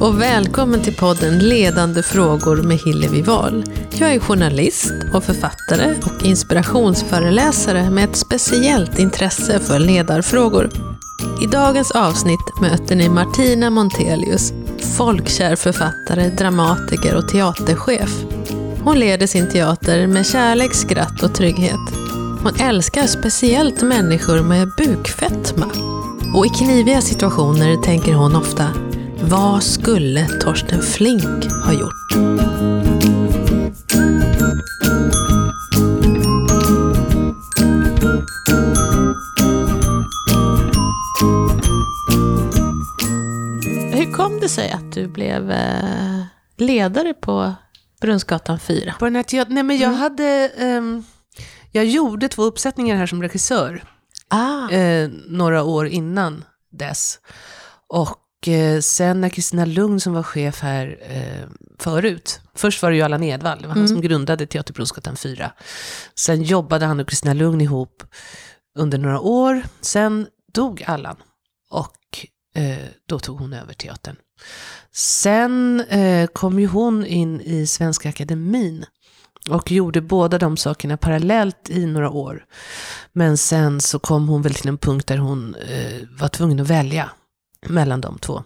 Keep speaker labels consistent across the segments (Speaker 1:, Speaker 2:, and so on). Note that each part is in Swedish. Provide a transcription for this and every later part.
Speaker 1: och välkommen till podden Ledande frågor med Hillevi Wahl. Jag är journalist och författare och inspirationsföreläsare med ett speciellt intresse för ledarfrågor. I dagens avsnitt möter ni Martina Montelius, folkkär författare, dramatiker och teaterchef. Hon leder sin teater med kärlek, skratt och trygghet. Hon älskar speciellt människor med bukfetma. Och i kniviga situationer tänker hon ofta: vad skulle Torsten Flink ha gjort? Hur kom det sig att du blev ledare på Brunnsgatan 4?
Speaker 2: På den här teatern? Nej, men jag hade... jag gjorde 2 uppsättningar här som regissör. Några år innan dess. Och sen när Kristina Lugn som var chef här förut. Först var det ju Allan Edwall. Det var han som grundade Teater Brunnsgatan 4. Sen jobbade han och Kristina Lugn ihop under några år. Sen dog Allan. Och då tog hon över teatern. Sen kom ju hon in i Svenska Akademin. Och gjorde båda de sakerna parallellt i några år. Men sen så kom hon väl till en punkt där hon var tvungen att välja mellan de 2.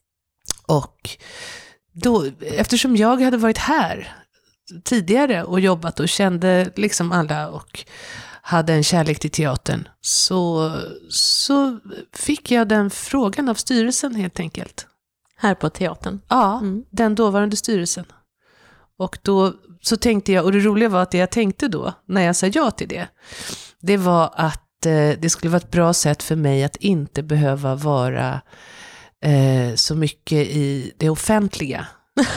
Speaker 2: Och då, eftersom jag hade varit här tidigare och jobbat och kände liksom alla och hade en kärlek till teatern, så fick jag den frågan av styrelsen helt enkelt.
Speaker 1: Här på teatern?
Speaker 2: Ja, den dåvarande styrelsen. Och då så tänkte jag, och det roliga var att det jag tänkte då, när jag sa ja till det var att det skulle vara ett bra sätt för mig att inte behöva vara så mycket i det offentliga.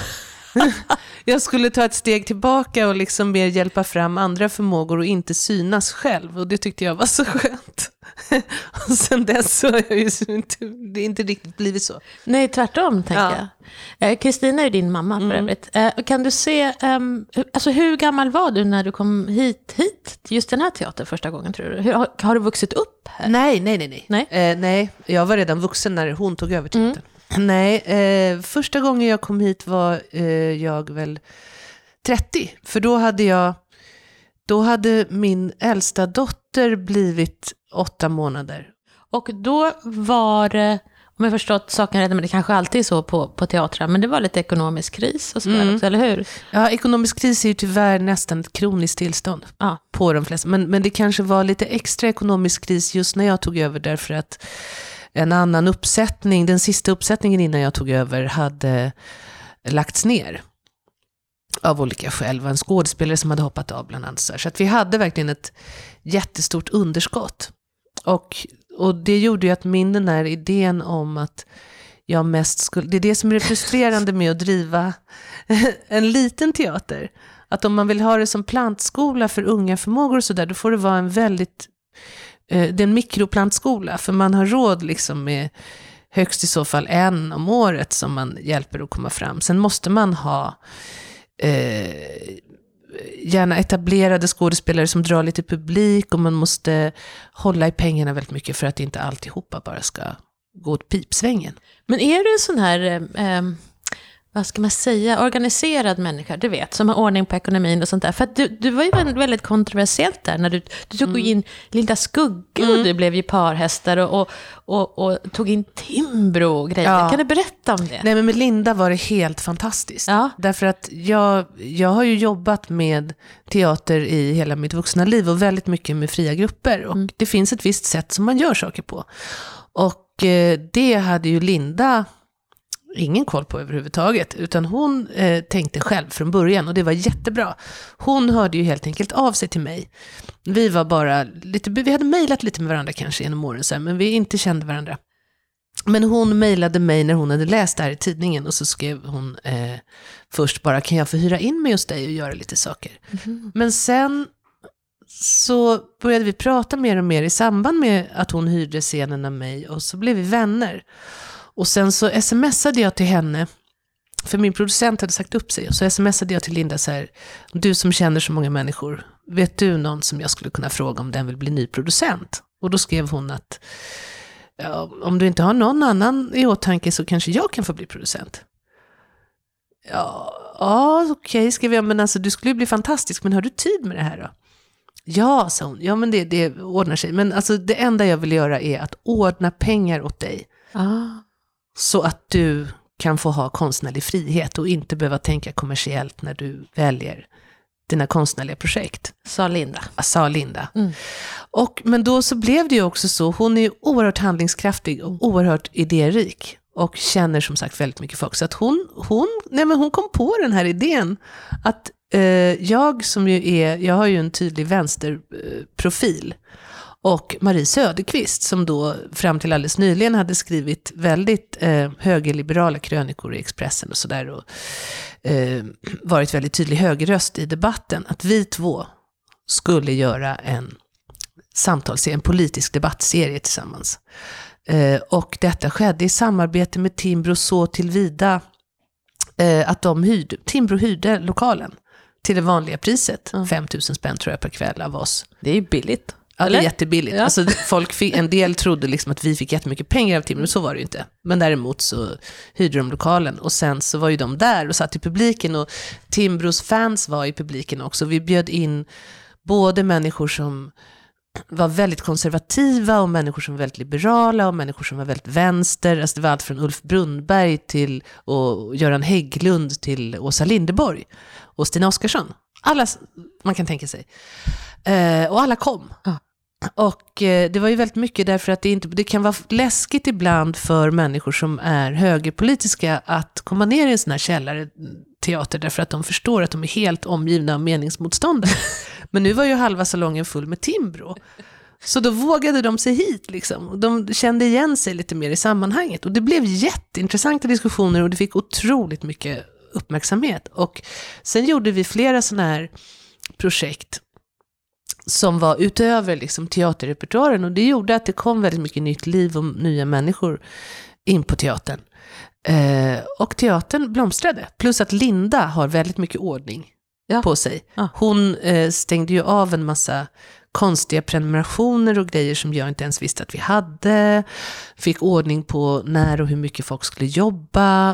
Speaker 2: Jag skulle ta ett steg tillbaka och liksom mer hjälpa fram andra förmågor och inte synas själv. Och det tyckte jag var så skönt. Och sen dess så har jag ju det är inte riktigt blivit så.
Speaker 1: Nej, tvärtom tänker jag. Kristina är din mamma för övrigt. Kan du se, alltså hur gammal var du när du kom hit just den här teatern första gången, tror du? Har du vuxit upp här?
Speaker 2: Nej, jag var redan vuxen när hon tog över teatern. Nej, första gången jag kom hit var jag väl 30. För då hade min äldsta dotter blivit 8 månader.
Speaker 1: Och då var det, om jag förstått saken rätt, men det kanske alltid är så på teatrar, men det var lite ekonomisk kris och så där också, eller hur?
Speaker 2: Ja, ekonomisk kris är ju tyvärr nästan ett kroniskt tillstånd på de flesta. Men det kanske var lite extra ekonomisk kris just när jag tog över, därför att en annan uppsättning, den sista uppsättningen innan jag tog över, hade lagts ner av olika skäl. En skådespelare som hade hoppat av bland annat. Så att vi hade verkligen ett jättestort underskott. Och det gjorde ju att den här idén om att jag mest skulle... Det är det som är frustrerande med att driva en liten teater. Att om man vill ha det som plantskola för unga förmågor och sådär, då får det vara en väldigt... Det är en mikroplantskola, för man har råd liksom med högst i så fall 1 om året som man hjälper att komma fram. Sen måste man ha gärna etablerade skådespelare som drar lite publik, och man måste hålla i pengarna väldigt mycket för att inte alltihopa bara ska gå åt pipsvängen. Men är du en sån här... vad ska man säga, organiserad människa, du vet, som har ordning på ekonomin och sånt där. För att du var ju väldigt kontroversiellt där när du tog in Linda Skugge och du blev ju parhästar och tog in Timbro och grejer. Ja. Kan du berätta om det? Nej, men med Linda var det helt fantastiskt. Ja. Därför att jag har ju jobbat med teater i hela mitt vuxna liv och väldigt mycket med fria grupper. Och det finns ett visst sätt som man gör saker på. Och det hade ju Linda ingen koll på överhuvudtaget, utan hon tänkte själv från början, och det var jättebra. Hon hörde ju helt enkelt av sig till mig. Vi var bara vi hade mejlat lite med varandra kanske genom åren så här, men vi inte kände varandra. Men hon mejlade mig när hon hade läst det här i tidningen, och så skrev hon först bara: kan jag få hyra in mig hos dig och göra lite saker? Men sen så började vi prata mer och mer i samband med att hon hyrde scenen av mig, och så blev vi vänner. Och sen så smsade jag till henne, för min producent hade sagt upp sig, och så smsade jag till Linda så här: du som känner så många människor, vet du någon som jag skulle kunna fråga om den vill bli ny producent? Och då skrev hon att om du inte har någon annan i åtanke så kanske jag kan få bli producent. Ja, okej, skrev jag, men alltså du skulle ju bli fantastisk, men har du tid med det här då? Ja, sa hon, ja men det ordnar sig. Men alltså det enda jag vill göra är att ordna pengar åt dig. Så att du kan få ha konstnärlig frihet och inte behöva tänka kommersiellt när du väljer dina konstnärliga projekt.
Speaker 1: Sa Linda.
Speaker 2: Sa Linda. Men då så blev det ju också så, hon är ju oerhört handlingskraftig och oerhört idérik. Och känner som sagt väldigt mycket folk. Så att hon kom på den här idén att jag har ju en tydlig vänsterprofil. Och Marie Söderqvist som då fram till alldeles nyligen hade skrivit väldigt högerliberala krönikor i Expressen och sådär. Och varit väldigt tydlig högerröst i debatten. Att vi två skulle göra en samtalsserie, en politisk debattserie tillsammans. Och detta skedde i samarbete med Timbro så tillvida att Timbro hyrde lokalen till det vanliga priset. 5 000 spänn tror jag per kväll av oss.
Speaker 1: Det är ju billigt.
Speaker 2: Ja, det är jättebilligt. Ja. Alltså, en del trodde liksom att vi fick jättemycket pengar av Timbro, men så var det ju inte. Men däremot så hyrde de lokalen och sen så var ju de där och satt i publiken och Timbros fans var i publiken också. Vi bjöd in både människor som var väldigt konservativa och människor som var väldigt liberala och människor som var väldigt vänster. Alltså det var allt från Ulf Brunnberg till och Göran Hägglund till Åsa Linderborg och Stina Oskarsson. Alla man kan tänka sig. Och alla kom. Och det var ju väldigt mycket därför att det kan vara läskigt ibland för människor som är högerpolitiska att komma ner i en sån här källarteater därför att de förstår att de är helt omgivna av meningsmotståndare. Men nu var ju halva salongen full med Timbro. Så då vågade de sig hit liksom. De kände igen sig lite mer i sammanhanget. Och det blev jätteintressanta diskussioner och det fick otroligt mycket uppmärksamhet. Och sen gjorde vi flera såna här projekt som var utöver liksom teaterrepertoaren. Och det gjorde att det kom väldigt mycket nytt liv och nya människor in på teatern. Och teatern blomstrade. Plus att Linda har väldigt mycket ordning på sig. Hon stängde ju av en massa konstiga prenumerationer och grejer som jag inte ens visste att vi hade. Fick ordning på när och hur mycket folk skulle jobba.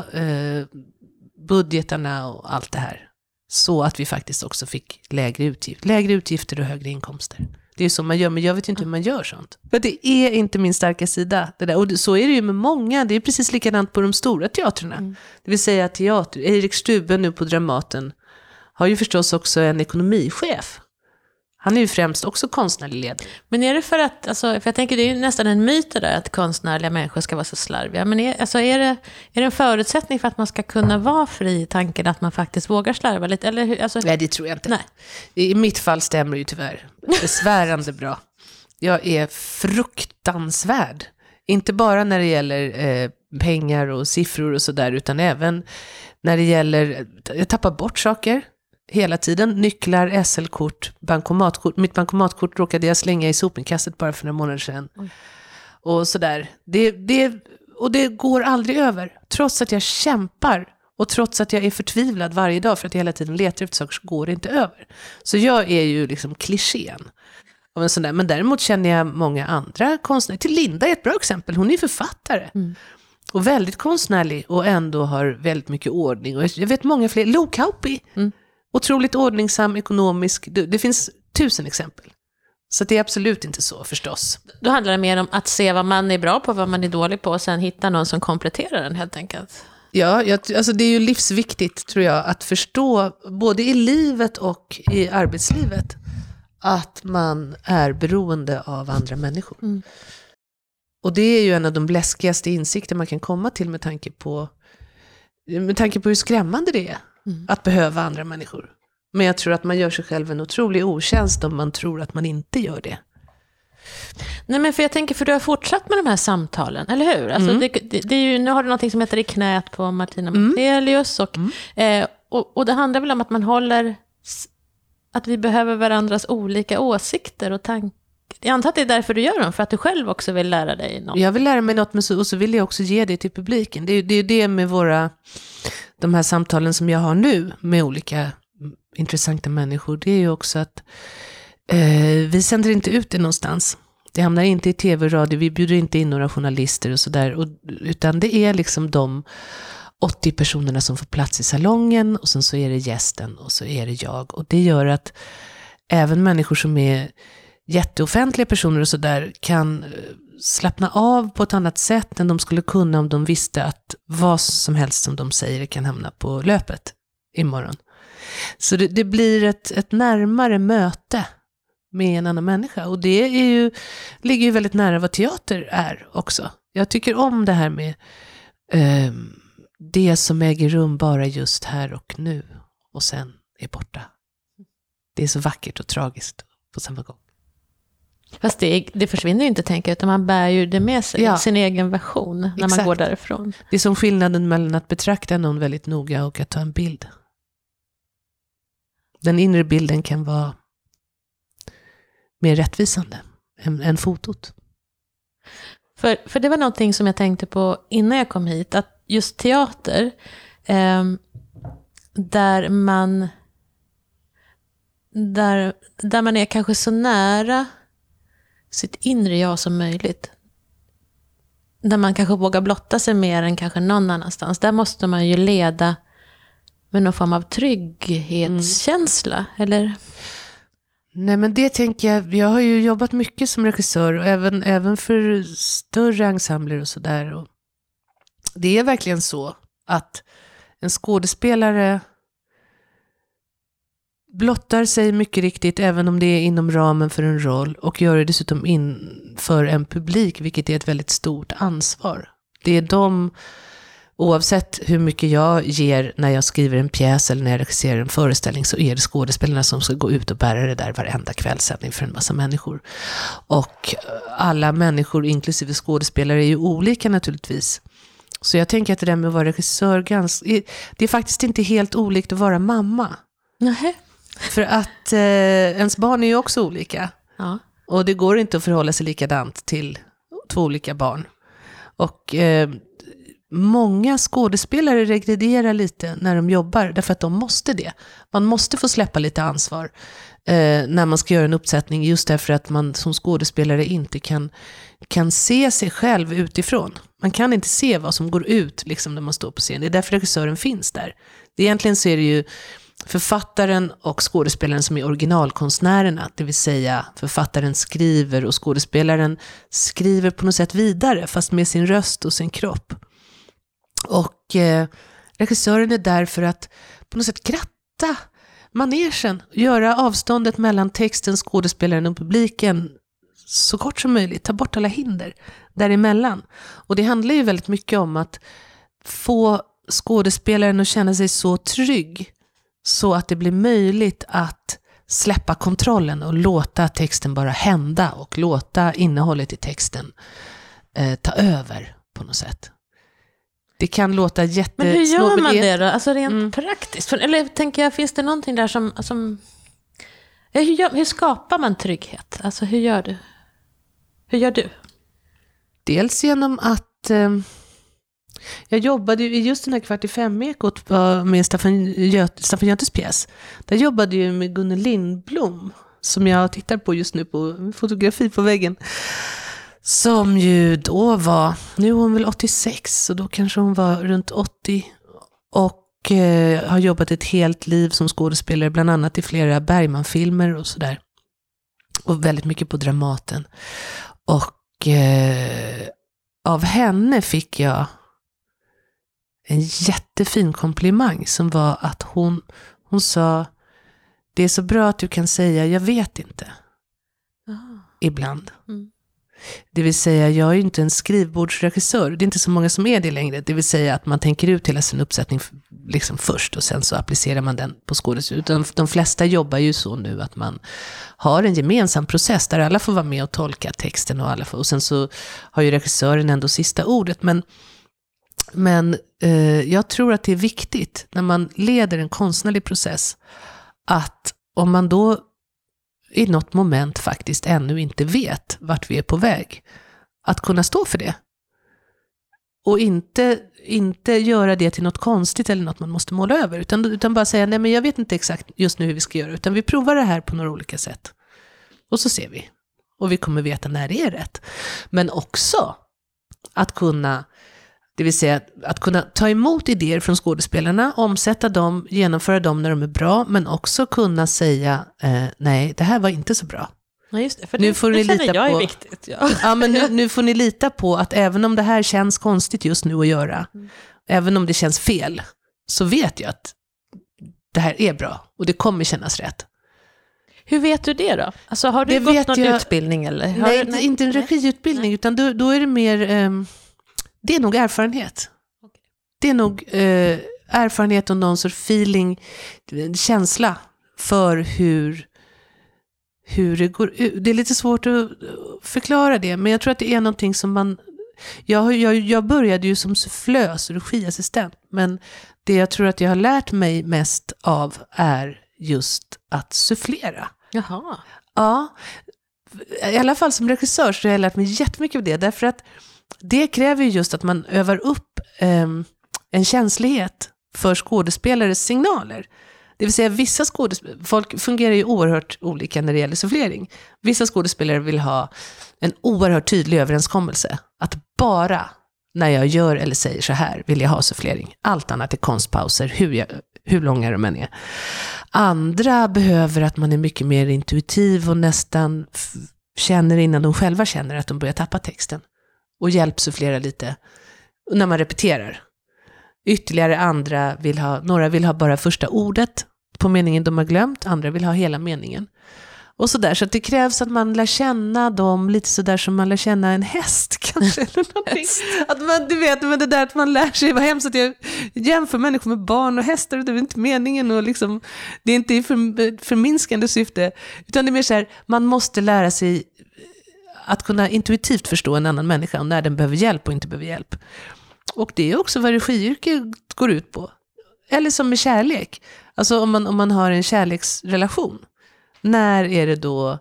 Speaker 2: Budgetarna och allt det här. Så att vi faktiskt också fick lägre utgifter och högre inkomster. Det är så man gör, men jag vet inte hur man gör sånt. För det är inte min starka sida. Det där. Och så är det ju med många. Det är precis likadant på de stora teatrarna. Det vill säga Erik Stube nu på Dramaten har ju förstås också en ekonomichef. Han är ju främst också konstnärlig ledare.
Speaker 1: Men är det för att, alltså, för jag tänker det är ju nästan en myt där att konstnärliga människor ska vara så slarviga. Men är det en förutsättning för att man ska kunna vara fri i tanken att man faktiskt vågar slarva lite? Eller hur? Alltså...
Speaker 2: Nej, det tror jag inte.
Speaker 1: Nej.
Speaker 2: I mitt fall stämmer det ju tyvärr besvärande bra. Jag är fruktansvärd. Inte bara när det gäller pengar och siffror och sådär, utan även när det gäller, jag tappar bort saker. Hela tiden, nycklar, SL-kort, bankomatkort. Mitt bankomatkort råkade jag slänga i sopinkastet bara för några månader sedan. Och sådär. Det går aldrig över. Trots att jag kämpar och trots att jag är förtvivlad varje dag för att jag hela tiden letar efter saker så går det inte över. Så jag är ju liksom klichén av en sån där. Men däremot känner jag många andra konstnärer. Till Linda är ett bra exempel. Hon är författare. Och väldigt konstnärlig och ändå har väldigt mycket ordning. Och jag vet många fler. Lo Kauppi. Otroligt ordningsam, ekonomisk. Det finns 1000 exempel. Så det är absolut inte så förstås.
Speaker 1: Då handlar det mer om att se vad man är bra på, vad man är dålig på och sen hitta någon som kompletterar den helt enkelt.
Speaker 2: Ja, alltså det är ju livsviktigt tror jag att förstå både i livet och i arbetslivet att man är beroende av andra människor. Och det är ju en av de läskigaste insikter man kan komma till med tanke på hur skrämmande det är. Att behöva andra människor. Men jag tror att man gör sig själv en otrolig otjänst om man tror att man inte gör det.
Speaker 1: Nej, men för du har fortsatt med de här samtalen, eller hur? Alltså det är ju, nu har du något som heter I knät på Martina Mattelius och det handlar väl om att man håller att vi behöver varandras olika åsikter och tankar. Jag antar att det är därför du gör dem, för att du själv också vill lära dig något.
Speaker 2: Jag vill lära mig något, och så vill jag också ge det till publiken. Det är det med de här samtalen som jag har nu med olika intressanta människor. Det är ju också att vi sänder inte ut det någonstans. Det hamnar inte i tv och radio. Vi bjuder inte in några journalister och sådär. Utan det är liksom de 80 personerna som får plats i salongen, och sen så är det gästen och så är det jag. Och det gör att även människor som är jätteoffentliga personer och sådär kan slappna av på ett annat sätt än de skulle kunna om de visste att vad som helst som de säger kan hamna på löpet imorgon. Så det blir ett närmare möte med en annan människa. Och det ligger ju väldigt nära vad teater är också. Jag tycker om det här med det som äger rum bara just här och nu och sen är borta. Det är så vackert och tragiskt på samma gång.
Speaker 1: Fast det försvinner ju inte, tänker jag, utan man bär ju det med sig, sin egen version när
Speaker 2: Exakt.
Speaker 1: man går därifrån.
Speaker 2: Det är som skillnaden mellan att betrakta någon väldigt noga och att ta en bild. Den inre bilden kan vara mer rättvisande än fotot.
Speaker 1: För det var någonting som jag tänkte på innan jag kom hit, att just teater, där man är kanske så nära sitt inre jag som möjligt. Där man kanske vågar blotta sig mer än kanske någon annanstans. Där måste man ju leda med någon form av trygghetskänsla, eller?
Speaker 2: Nej, men det tänker jag har ju jobbat mycket som regissör och även för större ensembler och sådär. Och det är verkligen så att en skådespelare blottar sig mycket riktigt även om det är inom ramen för en roll, och gör det dessutom inför en publik, vilket är ett väldigt stort ansvar. Det är oavsett hur mycket jag ger när jag skriver en pjäs eller när jag regisserar en föreställning, så är det skådespelarna som ska gå ut och bära det där varenda kvällssändning för en massa människor. Och alla människor, inklusive skådespelare, är ju olika naturligtvis. Så jag tänker att det där med att vara regissör, det är faktiskt inte helt olikt att vara mamma.
Speaker 1: Nej.
Speaker 2: För att ens barn är ju också olika.
Speaker 1: Ja.
Speaker 2: Och det går inte att förhålla sig likadant till 2 olika barn. Och många skådespelare regrederar lite när de jobbar, därför att de måste det. Man måste få släppa lite ansvar när man ska göra en uppsättning, just därför att man som skådespelare inte kan se sig själv utifrån. Man kan inte se vad som går ut liksom, när man står på scen. Det är därför regissören finns där. Egentligen så är det ju författaren och skådespelaren som är originalkonstnärerna, det vill säga författaren skriver och skådespelaren skriver på något sätt vidare, fast med sin röst och sin kropp. Och regissören är där för att på något sätt kratta manegen, göra avståndet mellan texten, skådespelaren och publiken så kort som möjligt, ta bort alla hinder däremellan. Och det handlar ju väldigt mycket om att få skådespelaren att känna sig så trygg så att det blir möjligt att släppa kontrollen och låta texten bara hända och låta innehållet i texten ta över på något sätt. Det kan låta jättesnålt.
Speaker 1: Men hur gör man det då? Alltså rent praktiskt? Eller tänker jag, finns det någonting där som hur skapar man trygghet? Alltså hur gör du? Hur gör du?
Speaker 2: Dels genom att jag jobbade i just den här 4:45-ekot med Staffan Götes pjäs. Där jobbade jag med Gunnel Lindblom, som jag tittar på just nu på fotografi på väggen. Som ju då var, nu är hon väl 86, så då kanske hon var runt 80. Och har jobbat ett helt liv som skådespelare, bland annat i flera Bergman-filmer och sådär. Och väldigt mycket på Dramaten. Och av henne fick jag en jättefin komplimang som var att hon sa, det är så bra att du kan säga jag vet inte. Ibland. Det vill säga, jag är ju inte en skrivbordsregissör. Det är inte så många som är det längre. Det vill säga att man tänker ut hela sin uppsättning liksom först och sen så applicerar man den på skådespel. Utan de flesta jobbar ju så nu att man har en gemensam process där alla får vara med och tolka texten och sen så har ju regissören ändå sista ordet. Men jag tror att det är viktigt när man leder en konstnärlig process att om man då i något moment faktiskt ännu inte vet vart vi är på väg, att kunna stå för det. Och inte göra det till något konstigt eller något man måste måla över, utan bara säga, nej men jag vet inte exakt just nu hur vi ska göra, utan vi provar det här på några olika sätt. Och så ser vi. Och vi kommer veta när det är rätt. Men också att kunna Det vill säga att kunna ta emot idéer från skådespelarna, omsätta dem, genomföra dem när de är bra, men också kunna säga nej, det här var inte så bra.
Speaker 1: Ja, just det. För
Speaker 2: nu får
Speaker 1: det
Speaker 2: ni
Speaker 1: känner
Speaker 2: lita
Speaker 1: jag
Speaker 2: på,
Speaker 1: är viktigt. Ja.
Speaker 2: Ja, men nu får ni lita på att även om det här känns konstigt just nu att göra, även om det känns fel, så vet jag att det här är bra och det kommer kännas rätt.
Speaker 1: Hur vet du det då? Alltså, har du gått någon utbildning? Eller?
Speaker 2: Nej, inte en regiutbildning, utan då är det mer, det är nog erfarenhet.
Speaker 1: Okay.
Speaker 2: Det är nog erfarenhet och någon sorts feeling, känsla för hur det går ut. Det är lite svårt att förklara det, men jag tror att det är någonting som man... Jag började ju som sufflös och regiassistent, men det jag tror att jag har lärt mig mest av är just att sufflera.
Speaker 1: Jaha.
Speaker 2: Ja, i alla fall som regissör så har jag lärt mig jättemycket av det, därför att det kräver just att man övar upp en känslighet för skådespelares signaler. Det vill säga vissa folk fungerar ju oerhört olika när det gäller sufflering. Vissa skådespelare vill ha en oerhört tydlig överenskommelse. Att bara när jag gör eller säger så här vill jag ha sufflering. Allt annat är konstpauser, hur långa de än är. Andra behöver att man är mycket mer intuitiv och nästan känner innan de själva känner att de börjar tappa texten. Och hjälpsufflera lite när man repeterar. Ytterligare andra några vill ha bara första ordet på meningen de har glömt, andra vill ha hela meningen. Och sådär, så att det krävs att man lär känna dem lite sådär som man lär känna en häst kanske. Eller någonting. Att man, du vet, men det där att man lär sig, vad hemskt att jag jämför människor med barn och hästar, det är inte meningen och liksom, det är inte i förminskande syfte, utan det är mer så här, man måste lära sig att kunna intuitivt förstå en annan människa och när den behöver hjälp och inte behöver hjälp. Och det är också vad regiyrket går ut på. Eller som med kärlek. Alltså om man har en kärleksrelation. När är det då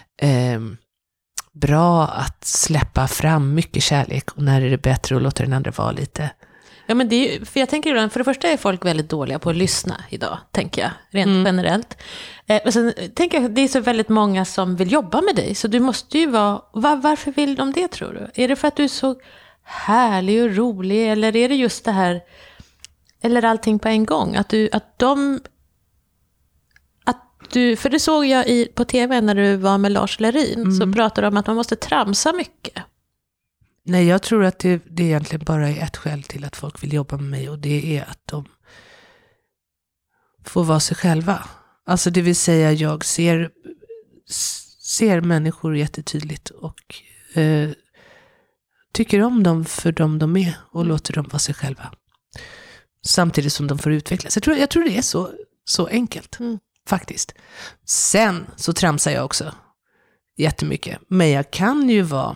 Speaker 2: bra att släppa fram mycket kärlek? Och när är det bättre att låta den andra vara lite?
Speaker 1: Ja, men det är ju, för jag tänker ibland, för det första är folk väldigt dåliga på att lyssna idag, tänker jag, rent generellt. Men sen tänker jag, det är så väldigt många som vill jobba med dig. Så du måste ju vara, varför vill de det, tror du? Är det för att du är så härlig och rolig, eller är det just det här, eller allting på en gång, att du, för det såg jag på tv när du var med Lars Lerin, så pratade de om att man måste tramsa mycket.
Speaker 2: Nej, jag tror att det egentligen bara är ett skäl till att folk vill jobba med mig, och det är att de får vara sig själva. Alltså det vill säga, jag ser människor jättetydligt och tycker om dem för de är och låter dem vara sig själva. Samtidigt som de får utvecklas. Jag tror det är så enkelt, faktiskt. Sen så tramsar jag också jättemycket. Men jag kan ju vara,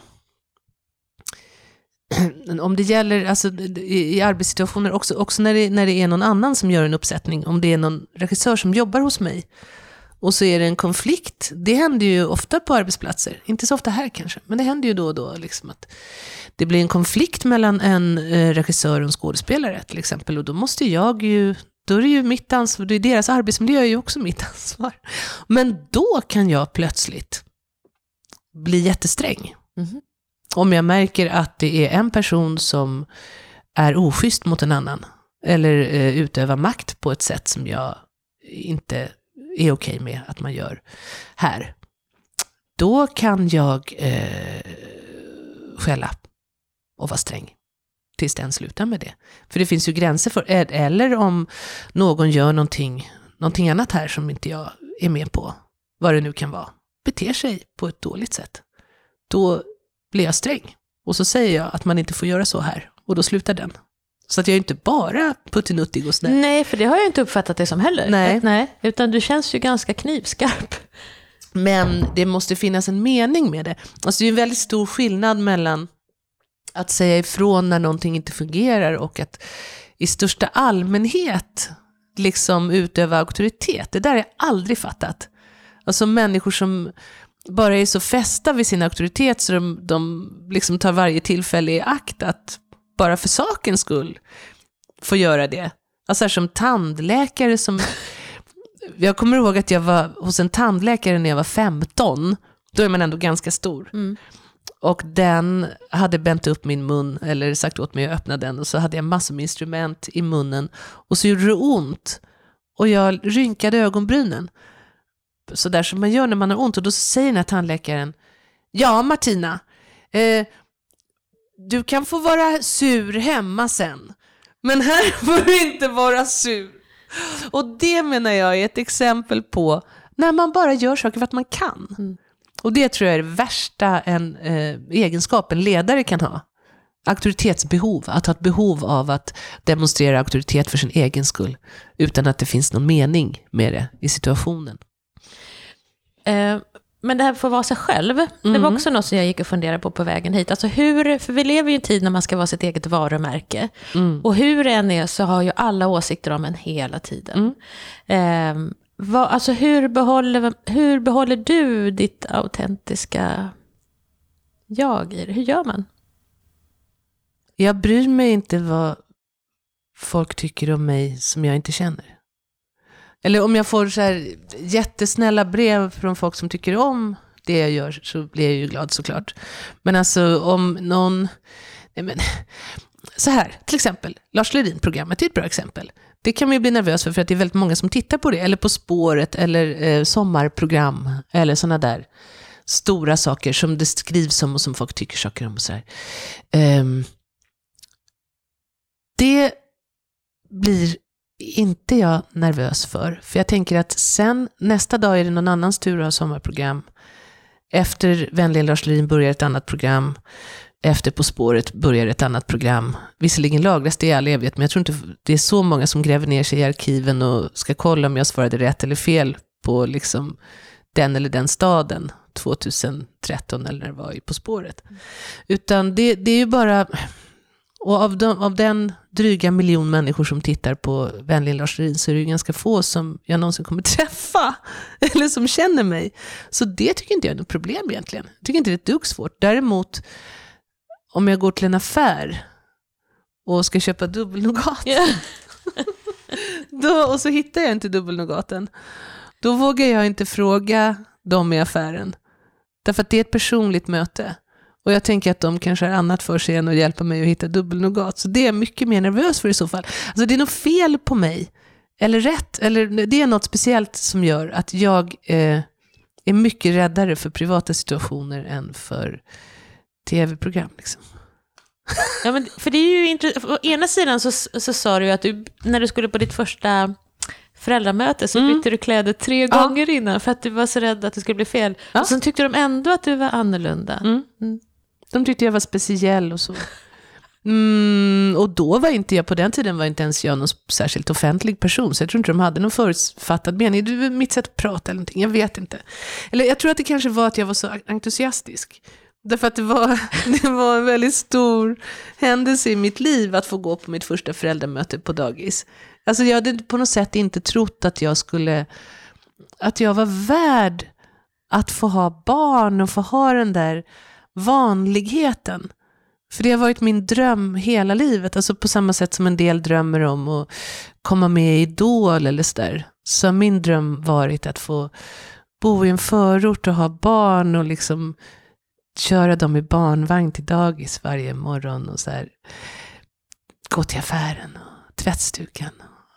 Speaker 2: om det gäller, alltså i arbetssituationer också när det är någon annan som gör en uppsättning, om det är någon regissör som jobbar hos mig och så är det en konflikt. Det händer ju ofta på arbetsplatser, inte så ofta här kanske, men det händer ju då och då liksom, att det blir en konflikt mellan en regissör och en skådespelare till exempel, och då måste då är det ju mitt ansvar, det är deras arbetsmiljö är ju också mitt ansvar. Men då kan jag plötsligt bli jättesträng. Om jag märker att det är en person som är oschysst mot en annan eller utövar makt på ett sätt som jag inte är okej med att man gör här, då kan jag skälla och vara sträng tills den slutar med det. För det finns ju gränser för, eller om någon gör någonting annat här som inte jag är med på, vad det nu kan vara, beter sig på ett dåligt sätt, då blir jag sträng. Och så säger jag att man inte får göra så här, och då slutar den. Så att jag är inte bara puttinuttig och snäll.
Speaker 1: Nej, för det har jag inte uppfattat det som heller. Nej, utan du känns ju ganska knivskarp.
Speaker 2: Men det måste finnas en mening med det. Alltså det är en väldigt stor skillnad mellan att säga ifrån när någonting inte fungerar och att i största allmänhet liksom utöva auktoritet. Det där har jag aldrig fattat. Alltså människor som bara är så fästa vid sin auktoritet så de liksom tar varje tillfälle i akt att bara för sakens skull få göra det. Alltså som tandläkare som... Jag kommer ihåg att jag var hos en tandläkare när jag var 15. Då är man ändå ganska stor. Och den hade bänt upp min mun, eller sagt åt mig att öppna den. Och så hade jag massor med instrument i munnen. Och så gjorde det ont. Och jag rynkade ögonbrynen. Så där som man gör när man har ont. Och då säger den här tandläkaren: ja, Martina, du kan få vara sur hemma sen. Men här får du inte vara sur. Och det menar jag är ett exempel på när man bara gör saker för att man kan. Mm. Och det tror jag är det värsta en egenskap en ledare kan ha. Auktoritetsbehov. Att ha ett behov av att demonstrera auktoritet för sin egen skull. Utan att det finns någon mening med det i situationen.
Speaker 1: Men det här får vara sig själv. Det var också något som jag gick och funderade på vägen hit. Alltså för vi lever ju i en tid när man ska vara sitt eget varumärke. Och hur det än är så har ju alla åsikter om en hela tiden. Alltså hur behåller du ditt autentiska jag i det? Hur gör man?
Speaker 2: Jag bryr mig inte vad folk tycker om mig som jag inte känner. Eller om jag får så här jättesnälla brev från folk som tycker om det jag gör, så blir jag ju glad såklart. Men alltså om någon... så här, till exempel, Lars Lerin-programmet är ett bra exempel. Det kan man ju bli nervös för att det är väldigt många som tittar på det. Eller På spåret, eller sommarprogram, eller sådana där stora saker som det skrivs om och som folk tycker saker om. Och så här. Det blir inte jag nervös för jag tänker att sen nästa dag är det någon annans tur att ha sommarprogram. Efter Vänligen Lars Lerin börjar ett annat program. Efter På spåret börjar ett annat program. Visserligen lagras det i all evighet, men jag tror inte det är så många som gräver ner sig i arkiven och ska kolla om jag svarade rätt eller fel på liksom den eller den staden 2013 eller när det var På spåret. Utan det är ju bara... Och av den dryga miljon människor som tittar på Vänligen Lars Lerin så är det ju ganska få som jag någonsin kommer träffa. Eller som känner mig. Så det tycker inte jag är något problem egentligen. Jag tycker inte det är ett dugg svårt. Däremot om jag går till en affär och ska köpa dubbelnougat. Och så hittar jag inte dubbelnougaten. Då vågar jag inte fråga dem i affären. Därför att det är ett personligt möte. Och jag tänker att de kanske har annat för sig än att hjälpa mig att hitta dubbelnougat. Så det är jag mycket mer nervös för i så fall. Alltså det är nog fel på mig. Eller rätt. Eller det är något speciellt som gör att jag är mycket räddare för privata situationer än för tv-program. Liksom.
Speaker 1: Ja, men för det är ju intressant. Å ena sidan så sa du ju att du, när du skulle på ditt första föräldramöte så bytte du kläder 3 gånger innan för att du var så rädd att det skulle bli fel. Ja. Och sen tyckte de ändå att du var annorlunda.
Speaker 2: De tyckte jag var speciell och så. Och då var inte jag, på den tiden var inte ens jag någon särskilt offentlig person. Så jag tror inte de hade någon förutfattad mening. Det var mitt sätt att prata eller någonting, jag vet inte. Eller jag tror att det kanske var att jag var så entusiastisk. Därför att det var en väldigt stor händelse i mitt liv att få gå på mitt första föräldramöte på dagis. Alltså jag hade på något sätt inte trott att jag var värd att få ha barn och få ha den där vanligheten. För det har varit min dröm hela livet. Alltså på samma sätt som en del drömmer om att komma med i Idol eller sådär. Så har min dröm varit att få bo i en förort och ha barn och liksom köra dem i barnvagn till dagis varje morgon och så här, gå till affären och tvättstugan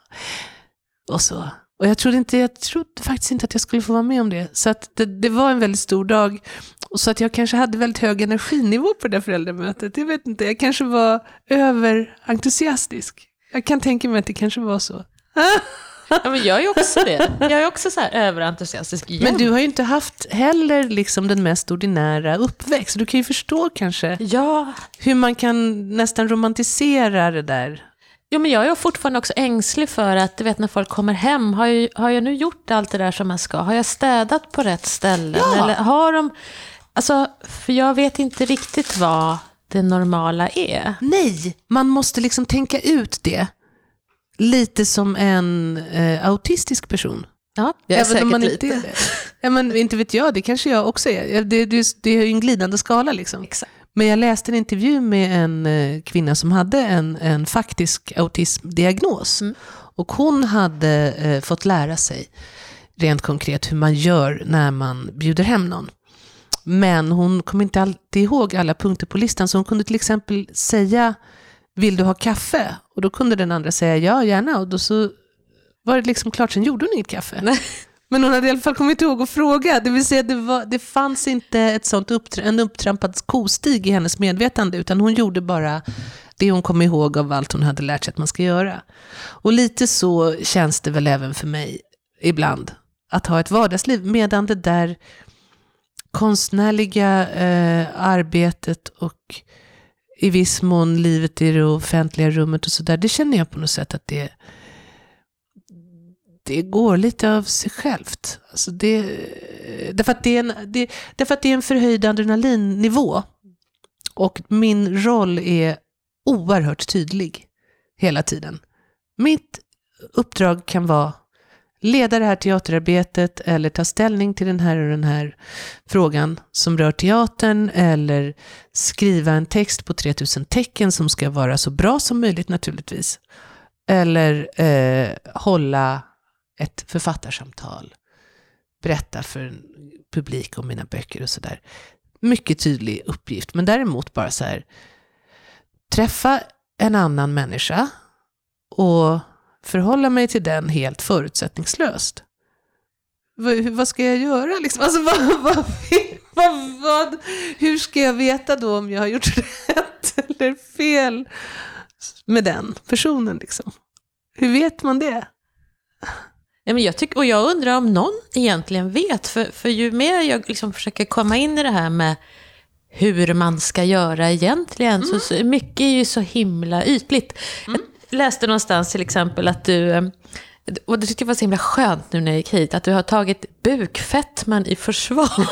Speaker 2: och så. Och jag trodde faktiskt inte att jag skulle få vara med om det. Så att det var en väldigt stor dag. Och så att jag kanske hade väldigt hög energinivå på det föräldramötet. Jag vet inte, jag kanske var överentusiastisk. Jag kan tänka mig att det kanske var så.
Speaker 1: Ja, men jag är också det. Jag är också så här överentusiastisk.
Speaker 2: Men du har ju inte haft heller liksom den mest ordinära uppväxt. Du kan ju förstå kanske hur man kan nästan romantisera det där.
Speaker 1: Jo, men jag är fortfarande också ängslig för att, du vet, när folk kommer hem, har jag nu gjort allt det där som jag ska? Har jag städat på rätt ställen? Ja. Eller har de... Alltså, för jag vet inte riktigt vad det normala är.
Speaker 2: Nej, man måste liksom tänka ut det. Lite som en autistisk person.
Speaker 1: Ja, jag är
Speaker 2: även om man
Speaker 1: lite.
Speaker 2: Inte är det. Ja, men inte vet jag, det kanske jag också är. Det är ju en glidande skala liksom.
Speaker 1: Exakt.
Speaker 2: Men jag läste en intervju med en kvinna som hade en faktisk autismdiagnos. Och hon hade fått lära sig rent konkret hur man gör när man bjuder hem någon. Men hon kom inte alltid ihåg alla punkter på listan. Så hon kunde till exempel säga, vill du ha kaffe? Och då kunde den andra säga, ja gärna. Och då så var det liksom klart, sen gjorde hon inget kaffe.
Speaker 1: Nej.
Speaker 2: Men hon hade i alla fall kommit ihåg att fråga. Det vill säga, det fanns inte ett sånt en upptrampad kostig i hennes medvetande. Utan hon gjorde bara det hon kom ihåg av allt hon hade lärt sig att man ska göra. Och lite så känns det väl även för mig ibland. Att ha ett vardagsliv. Medan det där konstnärliga arbetet och i viss mån livet i det offentliga rummet och sådär. Det känner jag på något sätt att det går lite av sig självt. Alltså därför att det är en förhöjd adrenalinnivå. Och min roll är oerhört tydlig hela tiden. Mitt uppdrag kan vara leda det här teaterarbetet eller ta ställning till den här frågan som rör teatern eller skriva en text på 3000 tecken som ska vara så bra som möjligt naturligtvis. Eller hålla ett författarsamtal, berätta för en publik om mina böcker och sådär. Mycket tydlig uppgift, men däremot bara så här, träffa en annan människa och förhålla mig till den helt förutsättningslöst. Vad ska jag göra liksom? Alltså, hur ska jag veta då om jag har gjort rätt eller fel med den personen liksom? Hur vet man det?
Speaker 1: Ja, men jag undrar om någon egentligen vet, för ju mer jag liksom försöker komma in i det här med hur man ska göra egentligen, så mycket är ju så himla ytligt. Jag läste någonstans till exempel att du, och det tyckte jag var så himla skönt nu när jag gick hit, att du har tagit bukfettman i försvar.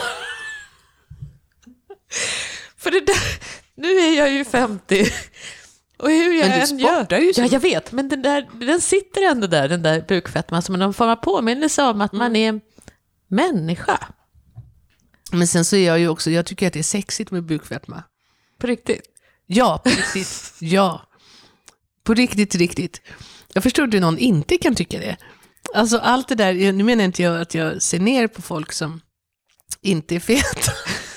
Speaker 1: För det där, nu är jag ju 50. Och hur jag
Speaker 2: men du sportar ju.
Speaker 1: Ja, jag vet, men den sitter ändå där, den där bukfettman, som någon form av påminnelse om att man är människa.
Speaker 2: Men sen så är jag ju också, jag tycker att det är sexigt med bukfettma.
Speaker 1: På riktigt?
Speaker 2: Ja, på riktigt. Ja. På riktigt. Jag förstår inte hur någon inte kan tycka det. Alltså allt det där, nu menar inte jag att jag ser ner på folk som inte är feta.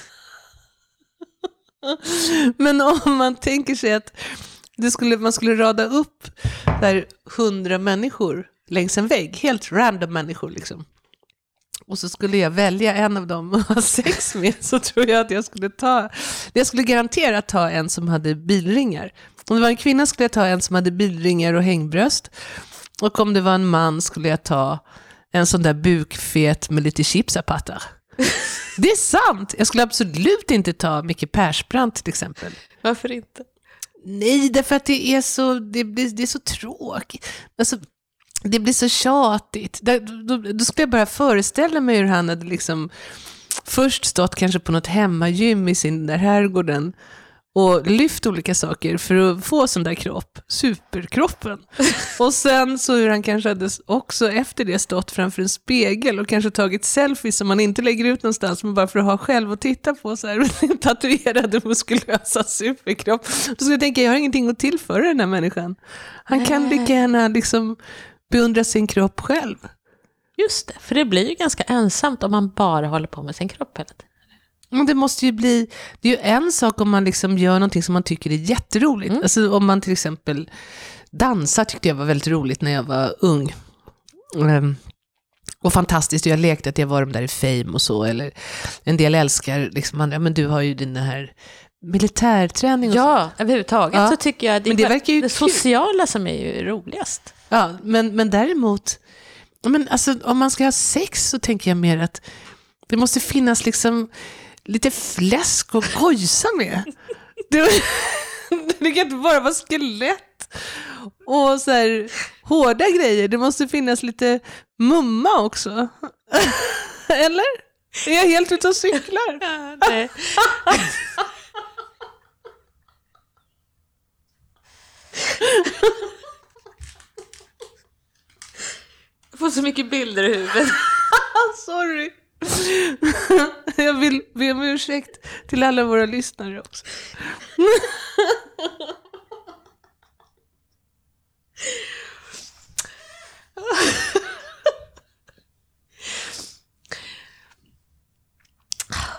Speaker 2: Men om man tänker sig att man skulle rada upp där 100 människor längs en vägg, helt random människor liksom. Och så skulle jag välja en av dem att ha sex med, så tror jag att jag skulle garantera ta en som hade bilringar. Om det var en kvinna skulle jag ta en som hade bilringar och hängbröst. Och om det var en man skulle jag ta en sån där bukfet med lite chipsapattar. Det är sant! Jag skulle absolut inte ta Micke Persbrandt till exempel.
Speaker 1: Varför inte?
Speaker 2: Nej, därför att det är så tråkigt. Alltså, det blir så tjatigt. Då skulle jag bara föreställa mig hur han hade liksom först stått kanske på något hemmagym i sin där herrgården och lyft olika saker för att få sån där kropp, superkroppen. Och sen så hur han kanske hade också efter det stått framför en spegel och kanske tagit selfies som man inte lägger ut någonstans, men bara för att ha själv och titta på så här tatuerade muskulösa superkropp. Då skulle jag tänka, jag har ingenting att tillföra den här människan. Han kan lika gärna liksom beundra sin kropp själv.
Speaker 1: Just det, för det blir ju ganska ensamt om man bara håller på med sin kropp hela tiden.
Speaker 2: Men det måste ju bli, det är ju en sak om man liksom gör någonting som man tycker är jätteroligt. Alltså om man till exempel dansar tyckte jag var väldigt roligt när jag var ung. Och fantastiskt, jag lekte att jag var de där i Fame och så, eller en del älskar liksom, men du har ju din här militärträning och
Speaker 1: ja, så. Överhuvudtaget så tycker jag
Speaker 2: men det verkar ju
Speaker 1: det sociala som är ju roligast.
Speaker 2: Ja, men däremot, men alltså, om man ska ha sex så tänker jag mer att det måste finnas liksom lite fläsk och gojsa med. Det kan inte bara vara skelett och så här hårda grejer. Det måste finnas lite mumma också. Eller? Är jag helt ute och cyklar?
Speaker 1: Nej. Jag får så mycket bilder i huvudet.
Speaker 2: Sorry. Jag vill be om ursäkt till alla våra lyssnare också.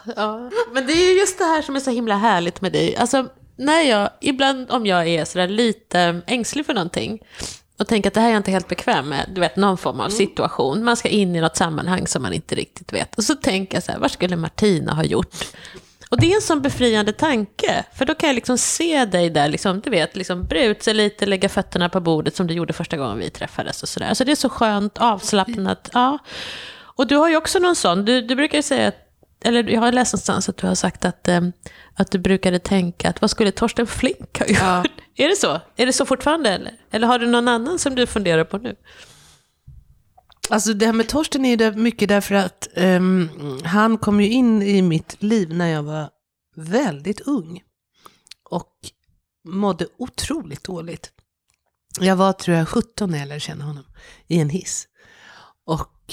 Speaker 1: Ja. Men det är just det här som är så himla härligt med dig. Alltså, ibland om jag är sådär lite ängslig för någonting och tänker att det här är jag inte helt bekväm med, du vet, någon form av situation. Man ska in i något sammanhang som man inte riktigt vet. Och så tänker jag så här, vad skulle Martina ha gjort? Och det är en sån befriande tanke, för då kan jag liksom se dig där, liksom, du vet, liksom brut sig lite, lägga fötterna på bordet som du gjorde första gången vi träffades och sådär. Så det är så skönt, avslappnat. Ja. Och du har ju också någon sån, du brukar säga att, eller jag har läst någonstans att du har sagt att du brukade tänka att vad skulle Torsten Flink ha gjort? Ja. Är det så? Är det så fortfarande eller? Eller har du någon annan som du funderar på nu?
Speaker 2: Alltså det här med Torsten är ju mycket därför att han kom ju in i mitt liv när jag var väldigt ung. Och mådde otroligt dåligt. Jag var, tror jag, 17 när jag lärde känna honom i en hiss. Och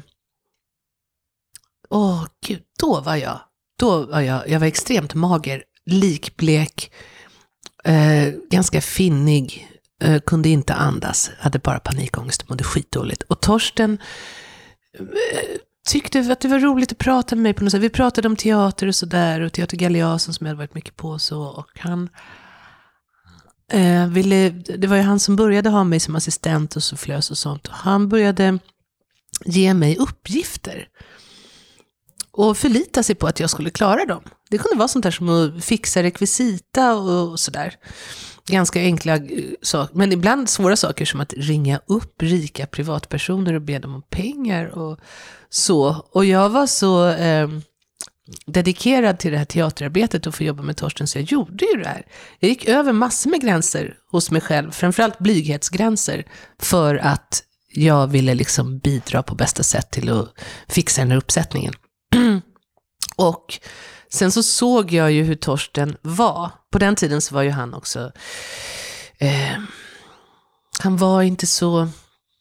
Speaker 2: gud, då var jag var extremt mager, likblek, ganska finnig, kunde inte andas, hade bara panikångest och mådde skitdåligt. Och Torsten tyckte att det var roligt att prata med mig på något sätt. Vi pratade om teater och sådär, och Teater Galeasen som jag hade varit mycket på så, och han det var ju han som började ha mig som assistent och sufflös och sånt. Och han började ge mig uppgifter och förlita sig på att jag skulle klara dem. Det kunde vara sånt där som att fixa rekvisita och sådär. Ganska enkla saker, men ibland svåra saker som att ringa upp rika privatpersoner och be dem om pengar och så. Och jag var så dedikerad till det här teaterarbetet och få jobba med Torsten, så jag gjorde ju det här. Jag gick över massor med gränser hos mig själv, framförallt blyghetsgränser, för att jag ville liksom bidra på bästa sätt till att fixa den här uppsättningen. Och sen så såg jag ju hur Torsten var. På den tiden så var ju han också han var inte så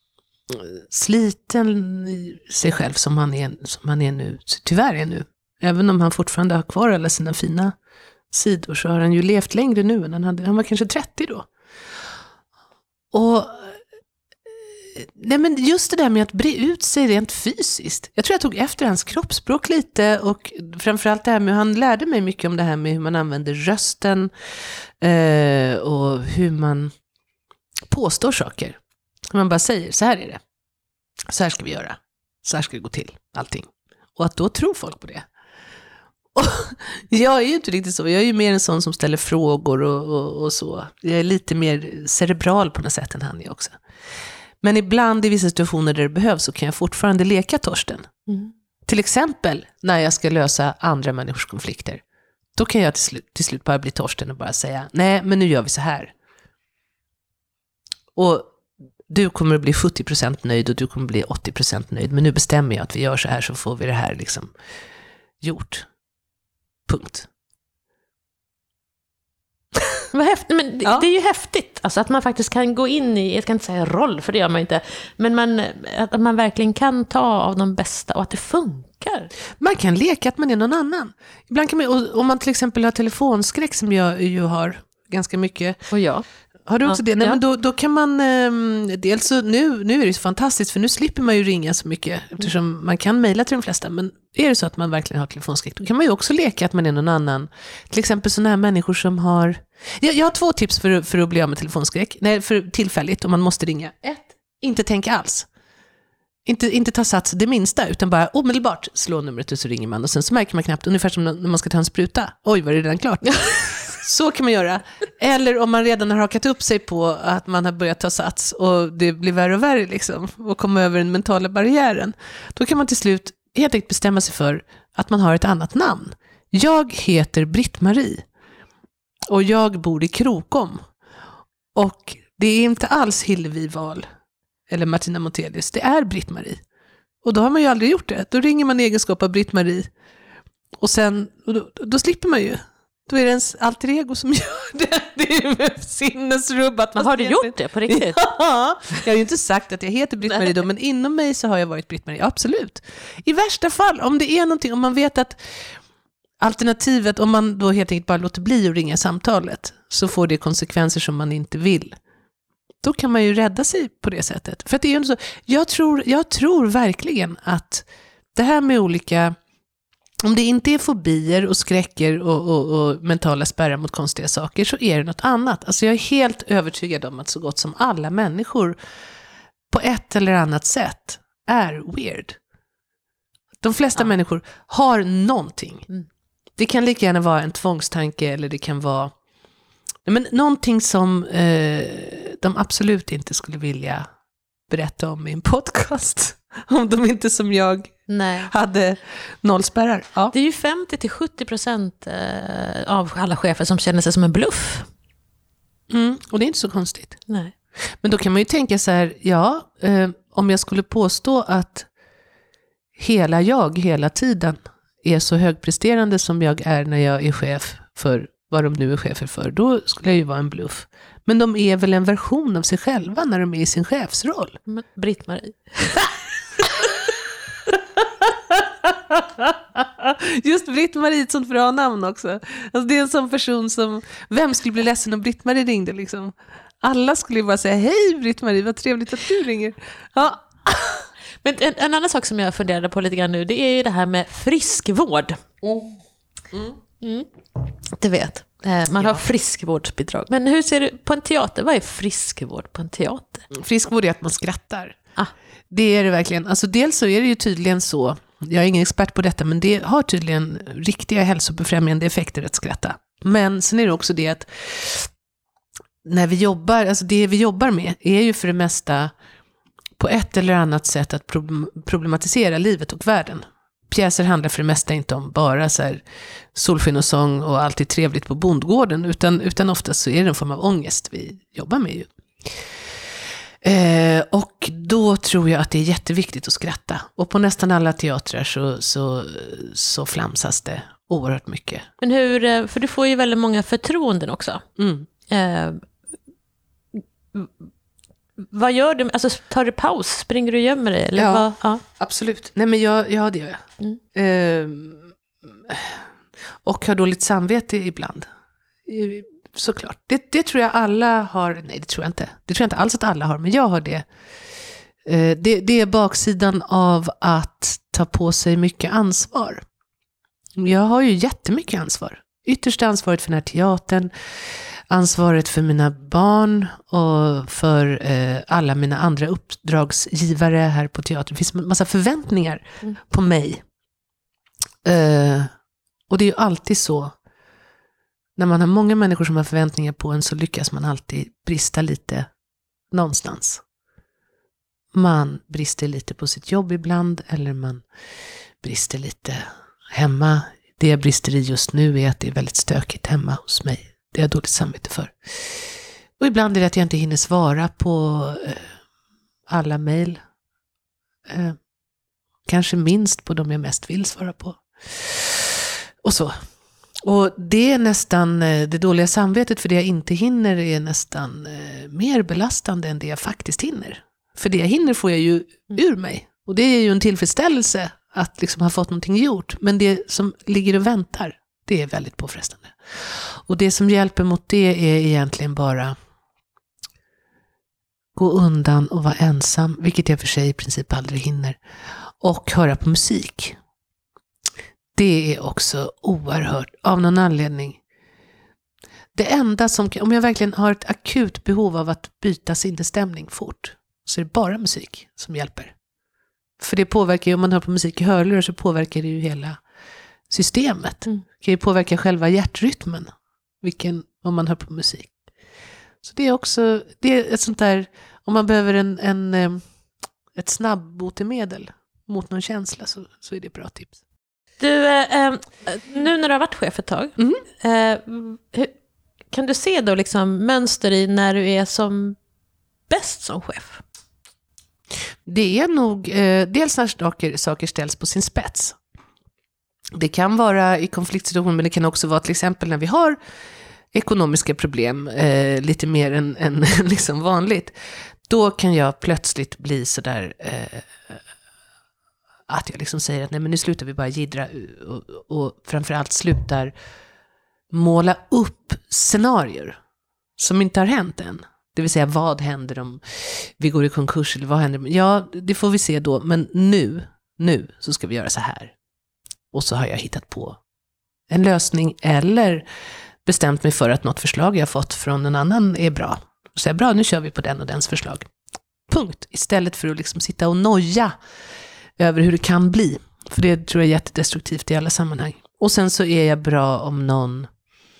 Speaker 2: sliten i sig själv som han är nu, tyvärr är nu. Även om han fortfarande har kvar alla sina fina sidor, så har han ju levt längre nu än han var kanske 30 då. Och nej, men just det där med att bre ut sig rent fysiskt. Jag tror jag tog efter hans kroppsspråk lite, och framförallt det här med, han lärde mig mycket om det här med hur man använder rösten och hur man påstår saker. Man bara säger, så här är det. Så här ska vi göra. Så här ska det gå till, allting. Och att då tror folk på det. Och jag är ju inte riktigt så. Jag är ju mer en sån som ställer frågor och så. Jag är lite mer cerebral på något sätt än han är också. Men ibland i vissa situationer där det behövs så kan jag fortfarande leka Torsten. Mm. Till exempel när jag ska lösa andra människors konflikter. Då kan jag till slut bara bli Torsten och bara säga, nej men nu gör vi så här. Och du kommer att bli 70% nöjd och du kommer att bli 80% nöjd. Men nu bestämmer jag att vi gör så här, så får vi det här liksom gjort. Punkt.
Speaker 1: Vad häftigt, men ja. Det är ju häftigt alltså, att man faktiskt kan gå in i, jag ska inte säga roll för det gör man inte, men att man verkligen kan ta av de bästa och att det funkar.
Speaker 2: Man kan leka att man är någon annan. Ibland kan man, om man till exempel har telefonskräck som jag ju har ganska mycket.
Speaker 1: Och jag.
Speaker 2: Har du också det? Nej, men då kan man, dels så nu är det så fantastiskt, för nu slipper man ju ringa så mycket, eftersom man kan mejla till de flesta, men är det så att man verkligen har telefonskräck, då kan man ju också leka att man är någon annan. Till exempel sådana här människor som har, jag har 2 tips för att bli av med telefonskräck, nej, för tillfälligt, om man måste ringa. 1, inte tänka alls. Inte ta sats det minsta, utan bara omedelbart slå numret och så ringer man, och sen så märker man knappt, ungefär som när man ska ta en spruta. Oj, var det redan klart? Så kan man göra. Eller om man redan har hakat upp sig på att man har börjat ta sats och det blir värre och värre liksom, och komma över den mentala barriären. Då kan man till slut helt enkelt bestämma sig för att man har ett annat namn. Jag heter Britt-Marie och jag bor i Krokom. Och det är inte alls Hillevi Wahl eller Martina Montelius, det är Britt-Marie. Och då har man ju aldrig gjort det. Då ringer man i egenskap av Britt-Marie. Och sen, då slipper man ju. Då är det ens alter ego som gör det. Det är ju sinnesrubbat.
Speaker 1: Har du gjort det på riktigt?
Speaker 2: Ja, jag har ju inte sagt att jag heter Britt-Marie då, men inom mig så har jag varit Britt-Marie. Absolut. I värsta fall, om det är någonting, om man vet att alternativet, om man då helt enkelt bara låter bli att ringa samtalet, så får det konsekvenser som man inte vill. Då kan man ju rädda sig på det sättet. För att det är ju så, jag tror verkligen att det här med olika Om det inte är fobier och skräcker och mentala spärrar mot konstiga saker, så är det något annat. Alltså jag är helt övertygad om att så gott som alla människor på ett eller annat sätt är weird. De flesta människor har någonting. Det kan lika gärna vara en tvångstanke, eller det kan vara någonting som de absolut inte skulle vilja berätta om i en podcast. Om de inte som jag hade nollspärrar. Ja.
Speaker 1: Det är ju 50-70% av alla chefer som känner sig som en bluff.
Speaker 2: Och det är inte så konstigt.
Speaker 1: Nej.
Speaker 2: Men då kan man ju tänka så här, om jag skulle påstå att hela tiden är så högpresterande som jag är när jag är chef för vad de nu är chefer för, då skulle jag ju vara en bluff. Men de är väl en version av sig själva när de är i sin chefsroll.
Speaker 1: Britt-Marie.
Speaker 2: Just Britt-Marie är ett sånt bra namn också. Alltså det är en sån person som, vem skulle bli ledsen om Britt-Marie ringde liksom? Alla skulle ju bara säga, hej Britt-Marie, vad trevligt att du ringer. Ja.
Speaker 1: Men en annan sak som jag funderade på lite grann nu, det är ju det här med friskvård. Du vet, man har friskvårdsbidrag. Men hur ser du på en teater? Vad är friskvård på en teater?
Speaker 2: Friskvård är att man skrattar. Det är det verkligen. Alltså dels så är det ju tydligen så, jag är ingen expert på detta, men det har tydligen riktiga hälsobefrämjande effekter att skratta. Men sen är det också det att när vi jobbar, alltså det vi jobbar med är ju för det mesta på ett eller annat sätt att problematisera livet och världen. Pjäser handlar för det mesta inte om bara så här solsken och sång och allt är trevligt på bondgården, utan oftast så är det en form av ångest vi jobbar med ju. Och då tror jag att det är jätteviktigt att skratta. Och på nästan alla teatrar så flamsas det oerhört mycket.
Speaker 1: Men hur, för du får ju väldigt många förtroenden också. Vad gör du? Alltså tar du paus? Springer du och gömmer dig? Eller
Speaker 2: ja,
Speaker 1: ja,
Speaker 2: absolut. Nej men det gör jag. Och har dåligt samvete ibland. Såklart. Det tror jag alla har. Nej, det tror jag inte. Det tror jag inte alls att alla har, men jag har det. Det är baksidan av att ta på sig mycket ansvar. Jag har ju jättemycket ansvar. Yttersta ansvaret för den här teatern. Ansvaret för mina barn och för alla mina andra uppdragsgivare här på teatern. Det finns en massa förväntningar på mig. Och det är ju alltid så. När man har många människor som har förväntningar på en, så lyckas man alltid brista lite någonstans. Man brister lite på sitt jobb ibland, eller man brister lite hemma. Det jag brister i just nu är att det är väldigt stökigt hemma hos mig. Det är jag dåligt samvete för. Och ibland är det att jag inte hinner svara på alla mejl. Kanske minst på de jag mest vill svara på. Och så. Och det är nästan, det dåliga samvetet för det jag inte hinner är nästan mer belastande än det jag faktiskt hinner. För det jag hinner får jag ju ur mig. Och det är ju en tillfredsställelse att liksom ha fått någonting gjort. Men det som ligger och väntar, det är väldigt påfrestande. Och det som hjälper mot det är egentligen bara gå undan och vara ensam, vilket jag för sig i princip aldrig hinner. Och höra på musik. Det är också oerhört, av någon anledning. Det enda som, om jag verkligen har ett akut behov av att byta sinnesstämning fort, så är det bara musik som hjälper. För det påverkar ju, om man hör på musik i hörlurar så påverkar det ju hela systemet. Det kan ju påverka själva hjärtrytmen, om man hör på musik. Så det är också, det är ett sånt där, om man behöver ett snabbbotemedel mot någon känsla, så är det ett bra tips.
Speaker 1: Du, nu när du har varit chef ett tag, kan du se då liksom mönster i när du är som bäst som chef?
Speaker 2: Det är nog, dels när saker ställs på sin spets. Det kan vara i konfliktsituationer, men det kan också vara till exempel när vi har ekonomiska problem, lite mer än liksom vanligt. Då kan jag plötsligt bli sådär... att jag liksom säger att nej, men nu slutar vi bara jiddra och framförallt slutar måla upp scenarier som inte har hänt än. Det vill säga, vad händer om vi går i konkurs eller vad händer? Ja, det får vi se då, men nu så ska vi göra så här. Och så har jag hittat på en lösning eller bestämt mig för att något förslag jag fått från en annan är bra. Och säga, bra, nu kör vi på den och dens förslag. Punkt. Istället för att liksom sitta och noja över hur det kan bli. För det tror jag är jättedestruktivt i alla sammanhang. Och sen så är jag bra om någon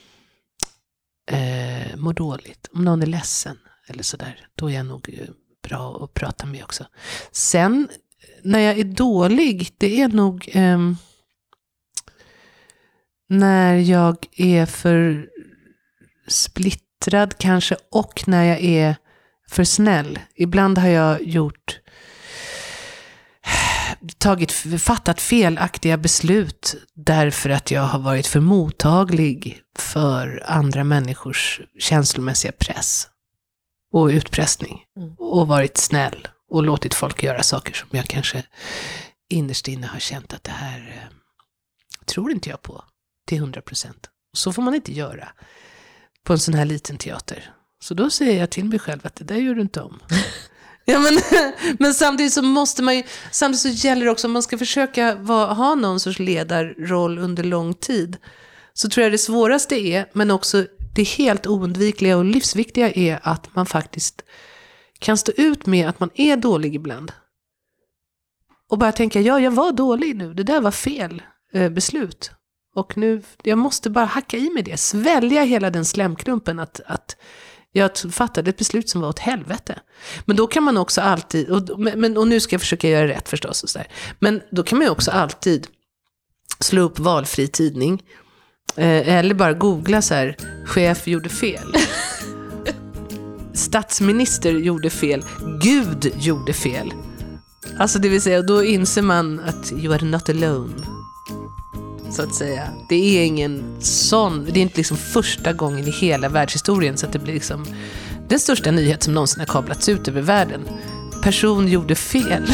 Speaker 2: mår dåligt. Om någon är ledsen eller sådär. Då är jag nog bra att prata med också. Sen när jag är dålig, det är nog när jag är för splittrad kanske, och när jag är för snäll. Ibland har jag fattat felaktiga beslut därför att jag har varit för mottaglig för andra människors känslomässiga press och utpressning. Och varit snäll och låtit folk göra saker som jag kanske innerst inne har känt att det här tror inte jag på till 100%. Så får man inte göra på en sån här liten teater. Så då säger jag till mig själv att det där gör du inte om. Ja, men samtidigt så måste man ju, samtidigt så gäller det också, om man ska försöka ha någon sorts ledarroll under lång tid, så tror jag det svåraste är, men också det helt oundvikliga och livsviktiga är att man faktiskt kan stå ut med att man är dålig ibland. Och bara tänka, ja, jag var dålig nu, det där var fel beslut. Och nu, jag måste bara hacka i med det, svälja hela den slämklumpen att jag fattade ett beslut som var åt helvete. Men då kan man också alltid, och nu ska jag försöka göra rätt förstås och så där. Men då kan man ju också alltid slå upp valfri tidning. Eller bara googla så här, chef gjorde fel. Statsminister gjorde fel. Gud gjorde fel. Alltså det vill säga, då inser man att you are not alone. Så att säga. Det är ingen sån, det är inte liksom första gången i hela världshistorien så att det blir liksom den största nyhet som någonsin har kablats ut över världen. Person gjorde fel.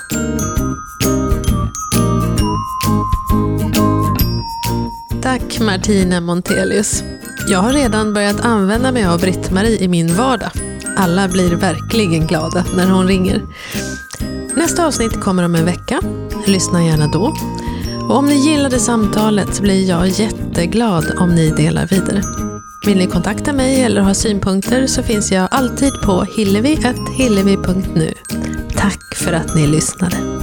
Speaker 1: Tack Martina Montelius. Jag har redan börjat använda mig av Britt-Marie i min vardag. Alla blir verkligen glada när hon ringer. Nästa avsnitt kommer om en vecka. Lyssna gärna då. Och om ni gillade samtalet så blir jag jätteglad om ni delar vidare. Vill ni kontakta mig eller ha synpunkter så finns jag alltid på hillevi@hillevi.nu. Tack för att ni lyssnade.